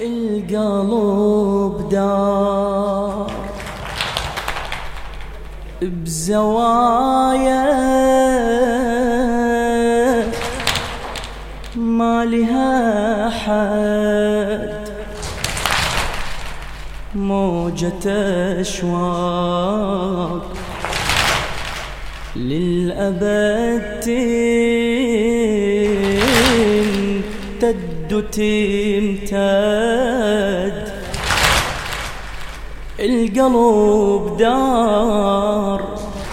القلب دار بزوايا ما لها حد، موجة أشواق للأبد تمتد وتمتد. القلب دار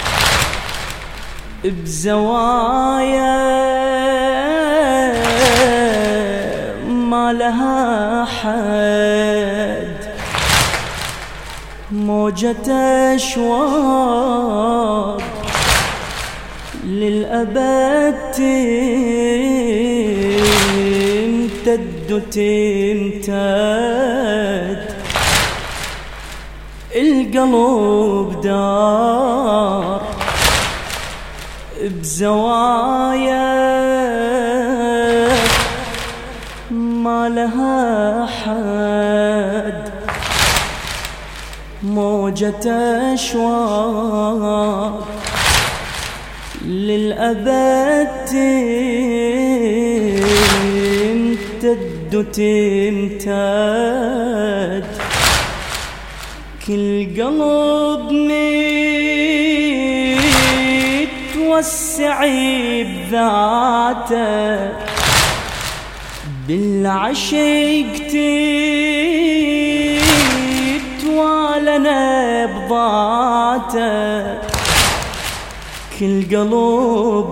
بزوايا ما لها حد، موجة أشواق للأبد تمتد وتمتد. القلب دار بزوايا ما لها حد، موجة أشواق للأبد تمتد وتمتد. كل قلب متوسع بذاته، بالعشق تتوالى نبضاته. كل قلب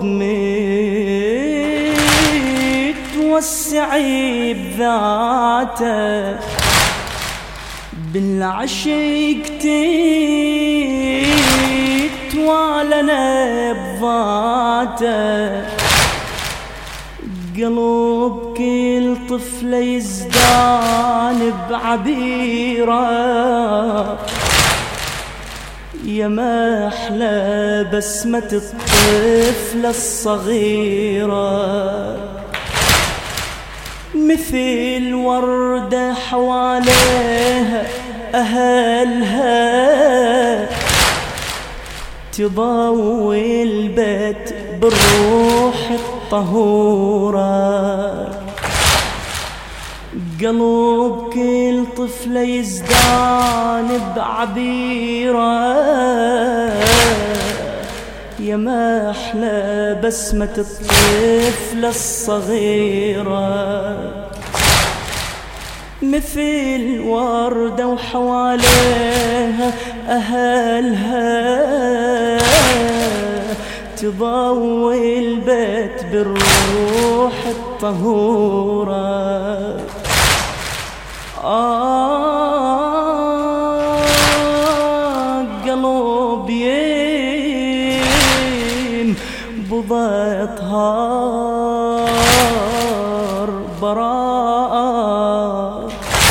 متوسع بذاته، بالعشق تتوالى نبضاته. قلب كل طفل يزدان بعبيره، يا ما أحلى بسمة الطفلة الصغيرة. مثل وردة حواليها أهلها، تضوي البيت بالروح الطهورة. قلب كل طفلة يزدان بعبيرة، يا ما أحلى بسمة الطفلة الصغيرة. مثل وردة وحواليها أهلها، تضوي البيت بالروح الطهورة. قلب ينبض إطهار براءة.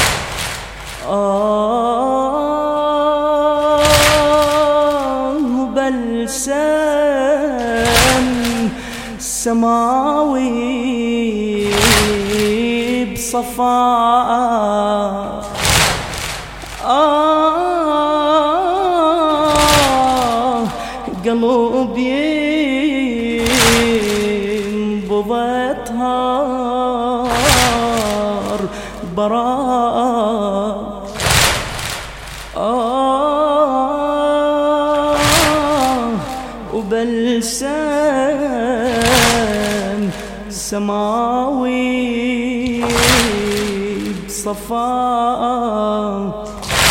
بلسم سماوي بصفاء. قلب ينبض إطهار براء. وبلسم سماوي بصفاء.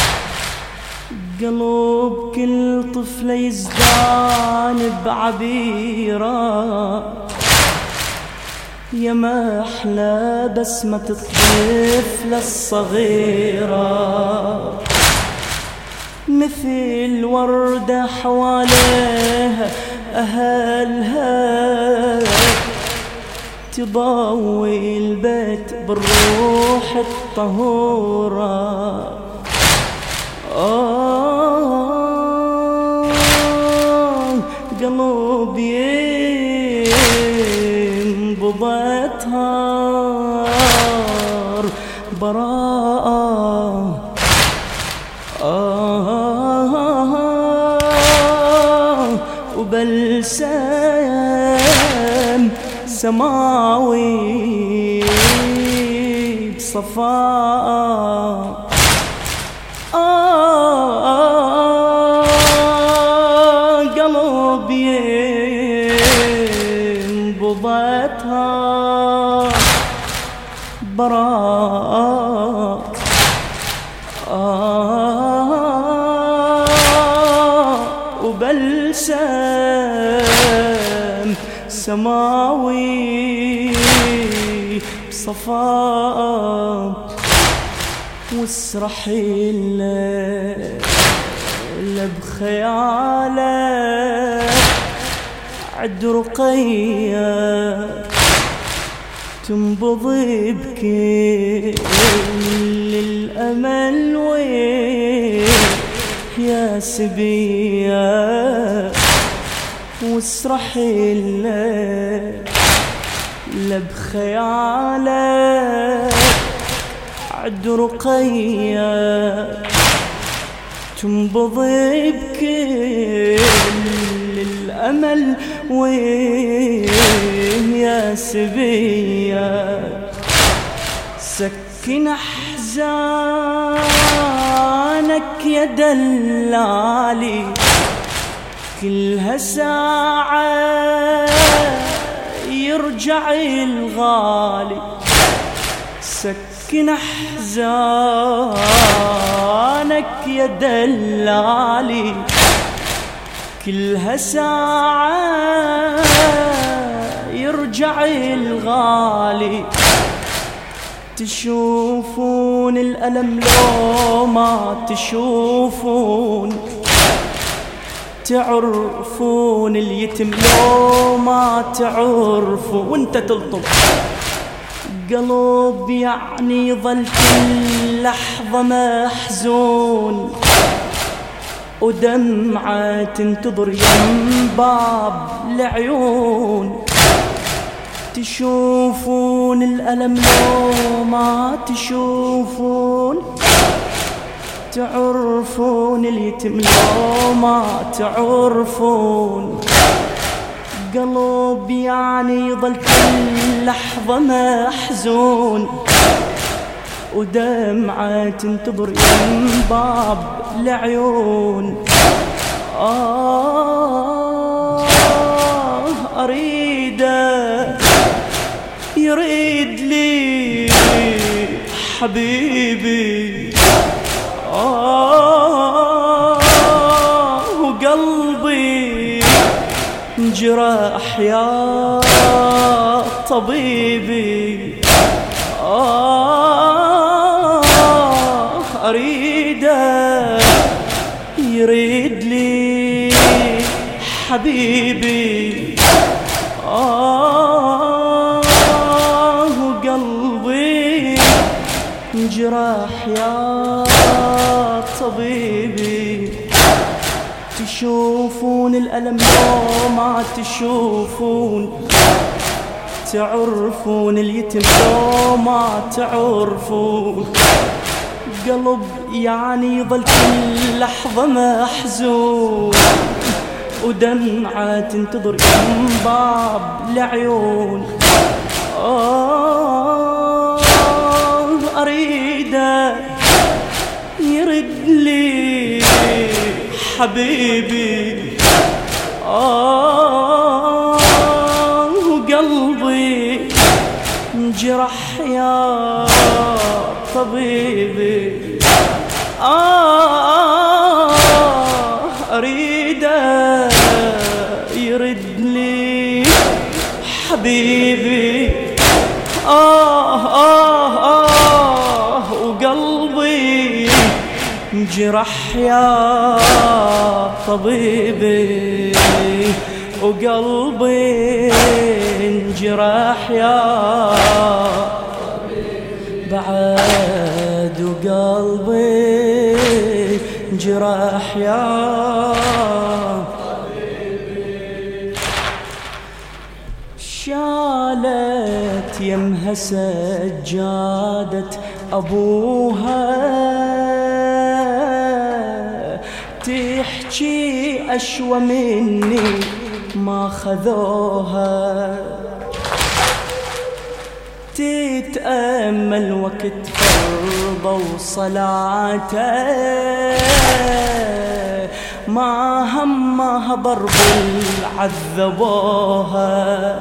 قلب كل طفل يزدان بعبيرة، يا ما أحلى بسمة الطفلة الصغيرة. مثل وردة حواليها أهلها، تضوي البيت بالروح الطهورة. قلب ينبض إطهار براءة وبلسم سماوي بصفاء قلبي ينبضتها براء وبلسم سماوي بصفاء واسرحي الليل بخياله عد رقية تنبضي بكل الأمل يا سبية واسرحي الليل بخياله عد رقية تنبضي بكل الأمل يا سبية سكن أحزانك يا دلالي كلها ساعة يرجع الغالي سكن أحزانك يا دلالي كلها ساعة يرجع الغالي تشوفون الألم لو ما تشوفون تعرفون اليتم لو ما تعرفون وانت تلطم قلب يعني ظل كل لحظة محزون ودمعة تنتظر ينباب العيون تشوفون الألم لو ما تشوفون تعرفون اليتم لو ما تعرفون قلب يعني ظل كل لحظة محزون ودمعة تنتظر ينباب العيون أريده يريد لي حبيبي وقلبي انجرح يا طبيبي أريده يريد لي حبيبي وقلبي انجرح يا طبيبي تشوفون الألم لو ما تشوفون تعرفون اليتم لو ما تعرفون قلب يعني ظل كل لحظة محزون ودمعة تنتظر ينباب العيون أريده يرد لي حبيبي وقلبي انجرح يا طبيبي أريده يرد لي حبيبي وقلبي انجرح يا طبيبي وقلبي انجرح يا بعد وقلبي انجرح يا شالت يمها سجادة أبوها، تحكي أشوى مني ما خذوها، تتأمل وقت فرض وصلاته، ما همها ضرب عذبوها،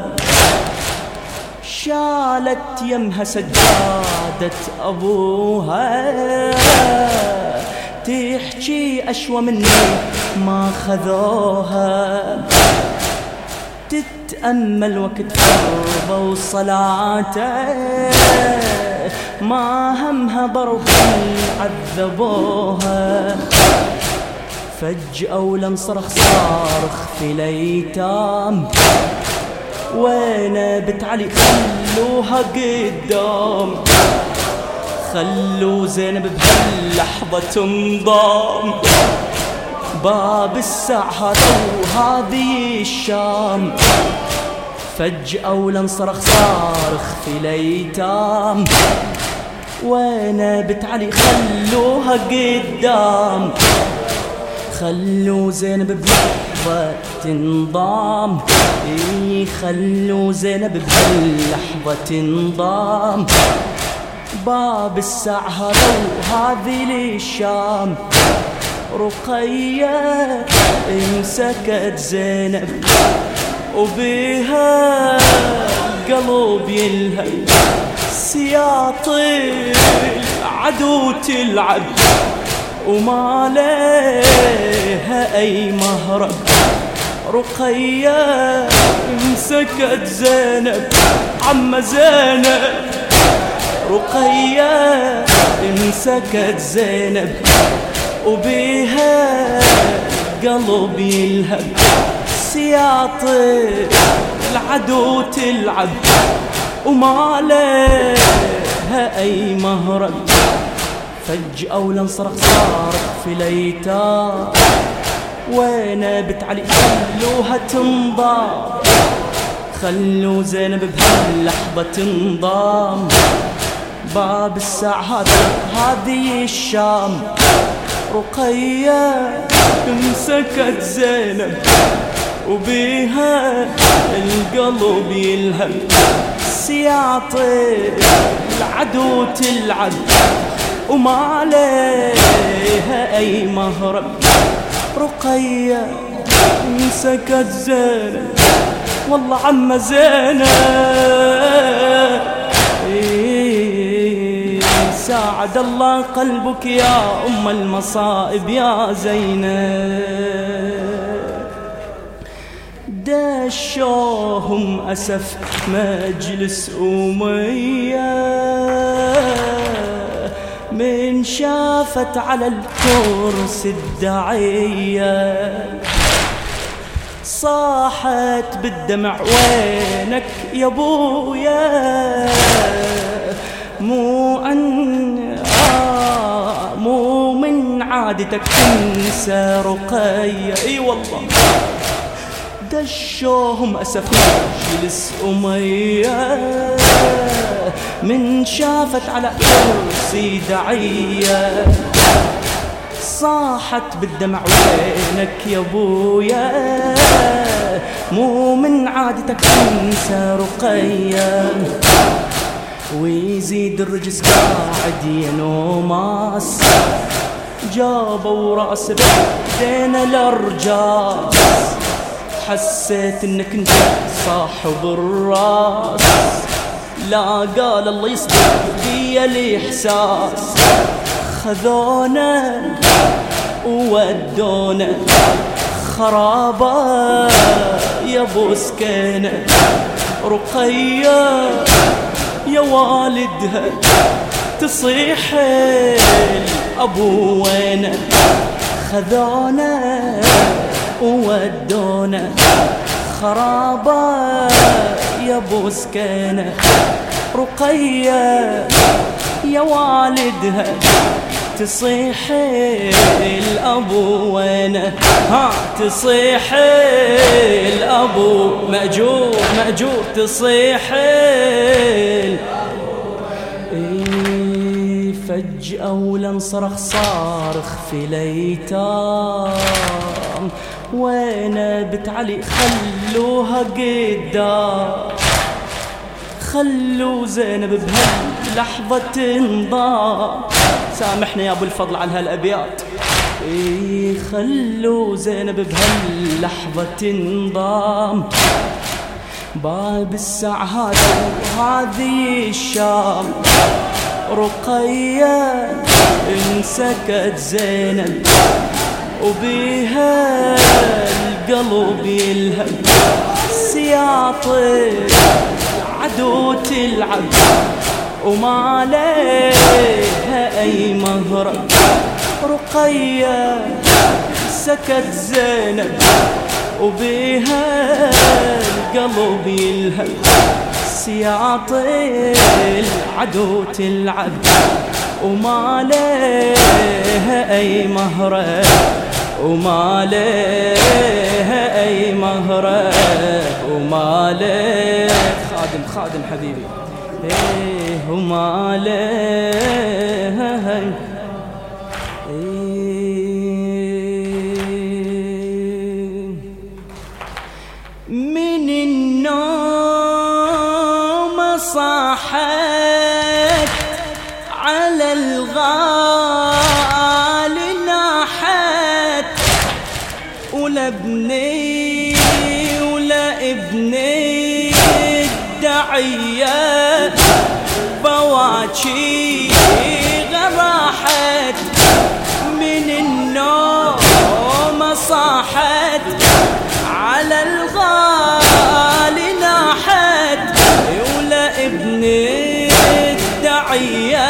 شالت يمها سجادة أبوها، تحكي أشوى مني ما خذوها، تتأمل وقت فرض وصلاته، ما همها ضرب عذبوها، فجأة ولم صرخ في الأيتام، وين بنت علي خلوها قدام، خلوا زينب بهاللحظة تنضام، باب الساعة هذا وهذه الشام، فجأة ولم صرخ في الأيتام، وين بنت علي خلوها قدام، خلوا زينب بلحظة تنضام، خلوا زينب بهاللحظة تنضام، باب الساعة هذا وهذه للشام، رقية امسكت زينب وبيها قلب يلهب، سياط العدو تلعب وما لها أي مهرب، رقية امسكت زينب عم زينب، رقية امسكت زينب وبيها قلب يلهب، سياط العدو تلعب وما لها أي مهرب، فجأة ولن صرخ في الأيتام، وين بنت علي خلوها تنضام، خلوا زينب بهاللحظة تنضام، باب الساعة هذه الشام، رقية امسكت زينب وبيها القلب يلهب، سياط العدو تلعب وما عليها أي مهرب، رقية مسكت زينب والله عم زينب، ساعد الله قلبك يا أم المصائب يا زينب، دشوهم أسف مجلس أمية، من شافت على الكرسي الداعية، صاحت بالدمع وينك يا بويا، مو من عادتك تنسى رقية، اي والله دشوهم أسف مجلس أمية، من شافت على كرسي داعية، صاحت بالدمع وينك يا بويا، مو من عادتك تنسى رقية، ويزيد الرجس قاعد ينوماس، جابوا راس بيدينا الارجاس، حسيت انك انت صاحب الراس، لا قال الله يصبر بيا الاحساس، خذونا وودونا خرابة يا ابو سكينة، رقية يا والدها تصيح الابو وينه، خذونا وودونا خرابة يا ابو سكينة، رقية يا والدها تصيح الأبو وينه، ها تصيح الأبو مأجور مأجور، تصيح فجأة ولن صرخ صارخ في ليتام، وين بنت علي خلوها قدام، خلوا زينب بهاللحظة تنضام. سامحنا يا ابو الفضل على هالابيات. خلوا زينب بهاللحظة تنضام، باب الساعة هذا وهذه الشام، رقية انسكت زينب وبيها القلب يلهب، سياط العدو تلعب وما عليها أي مهرب. رقية سكت زينب وبيها القلب يلهب، سياط العدو تلعب وما عليها أي مهرب، وما عليها أي مهرب، وما عليه خادم خادم حبيبي، وما عليها من النوم صاحت على الغال ناحت، ولا ابني ولا ابني الدعية بواكي غراحت، من النوم صاحت على الغال ناحت، ولا ابني الدعية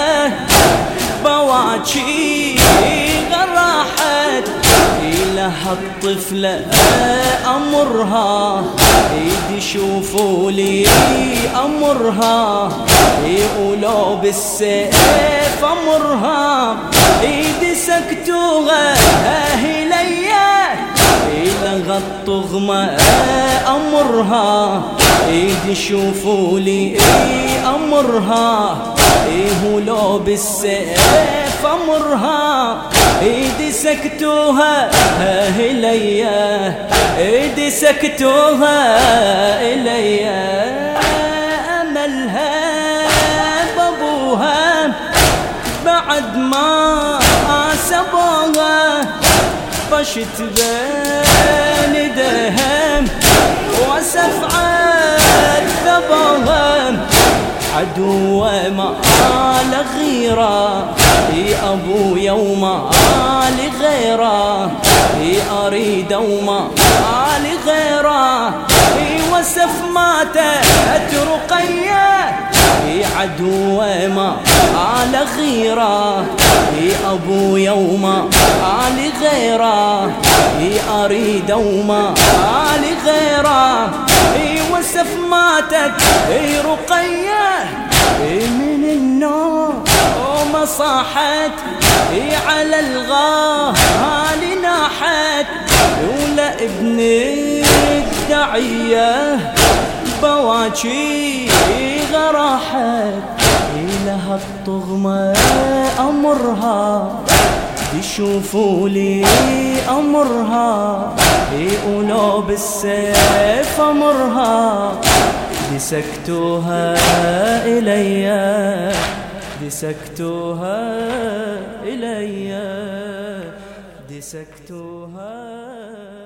بواكي غراحت. لها الطفلة أمرها ايدي شوفوا لي أمرها، يقولوا بالسيف أمرها، ايدي سكتوها هليا، لغى الطغمة أمرها، ايدي شوفوا لي أمرها، يقولوا بالسيف أمرها، ايدي سكتوها إليا، ايدي سكتوها إليا. أملها بابوها بعد ما سبوها، طشت بين دهم وسفعت ثبوها، عدو ما لغيره يا ابو يوم لغيره، اريد وما لغيره، وسف ماتت رقيه، عدو ما لغيره يا ابو يوم لغيره، اريد وما لغيره، وسف ماتت رقيه، من النوم صاحت على الغال ناحت، ولا ابني الدعية بواكي غراحت. لها الطغمة أمرها يشوفوا لي أمرها، يقولوا بالسيف أمرها، دسكتوها إليا، دسكتوها إليا، دسكتوها